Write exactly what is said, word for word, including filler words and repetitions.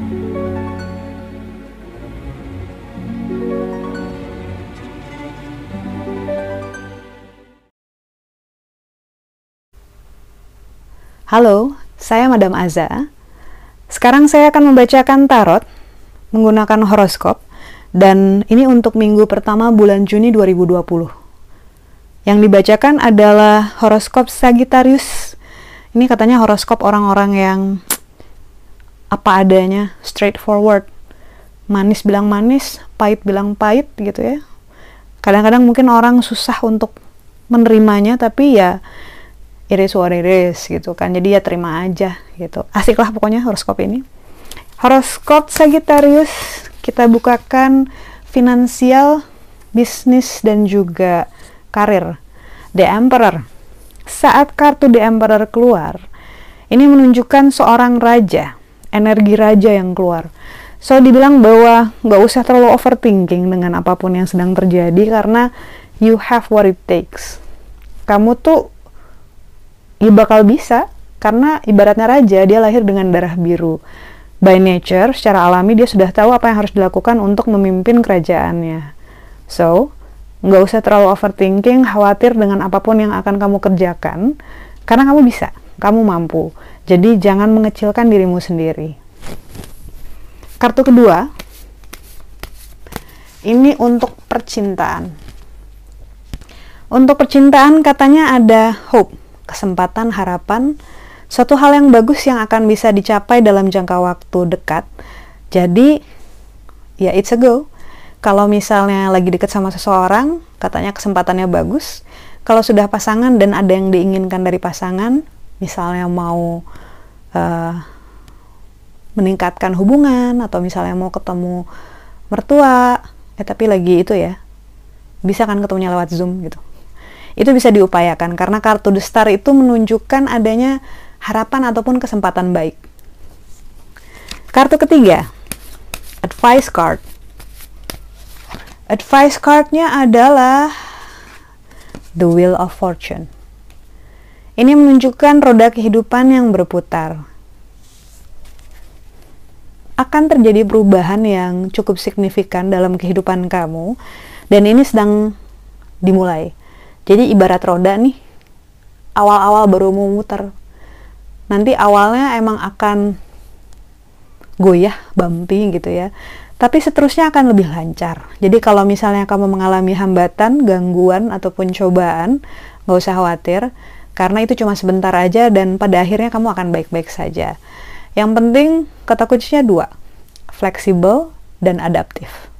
Halo, saya Madam Aza. Sekarang saya akan membacakan tarot menggunakan horoskop, dan ini untuk minggu pertama bulan Juni dua ribu dua puluh. Yang dibacakan adalah horoskop Sagittarius. Ini katanya horoskop orang-orang yang apa adanya, straightforward. Manis bilang manis, pahit bilang pahit gitu ya. Kadang-kadang mungkin orang susah untuk menerimanya, tapi ya it is what it is gitu kan, jadi ya terima aja gitu. Asik lah pokoknya horoskop ini. Horoskop Sagittarius kita bukakan finansial, bisnis, dan juga karir. The Emperor. Saat kartu The Emperor keluar, ini menunjukkan seorang raja, energi raja yang keluar. So dibilang bahwa nggak usah terlalu overthinking dengan apapun yang sedang terjadi, karena you have what it takes. Kamu tuh ya bakal bisa, karena ibaratnya raja, dia lahir dengan darah biru. By nature, secara alami dia sudah tahu apa yang harus dilakukan untuk memimpin kerajaannya. So, nggak usah terlalu overthinking, khawatir dengan apapun yang akan kamu kerjakan, karena kamu bisa, kamu mampu. Jadi jangan mengecilkan dirimu sendiri. Kartu kedua, ini untuk percintaan. Untuk percintaan katanya ada hope, kesempatan, harapan, suatu hal yang bagus yang akan bisa dicapai dalam jangka waktu dekat. Jadi, ya it's a go. Kalau misalnya lagi deket sama seseorang, katanya kesempatannya bagus. Kalau sudah pasangan dan ada yang diinginkan dari pasangan, misalnya mau uh, meningkatkan hubungan, atau misalnya mau ketemu mertua, eh tapi lagi itu ya, bisa kan ketemunya lewat Zoom gitu. Itu bisa diupayakan, karena kartu The Star itu menunjukkan adanya harapan ataupun kesempatan baik. Kartu ketiga, Advice Card. Advice card-nya adalah The Wheel of Fortune. Ini menunjukkan roda kehidupan yang berputar. Akan terjadi perubahan yang cukup signifikan dalam kehidupan kamu, dan ini sedang dimulai. Jadi ibarat roda nih, awal-awal baru mau muter. Nanti awalnya emang akan goyah, bumpy gitu ya. Tapi seterusnya akan lebih lancar. Jadi kalau misalnya kamu mengalami hambatan, gangguan, ataupun cobaan, nggak usah khawatir. Karena itu cuma sebentar aja, dan pada akhirnya kamu akan baik-baik saja. Yang penting, kata kuncinya dua. Fleksibel dan adaptif.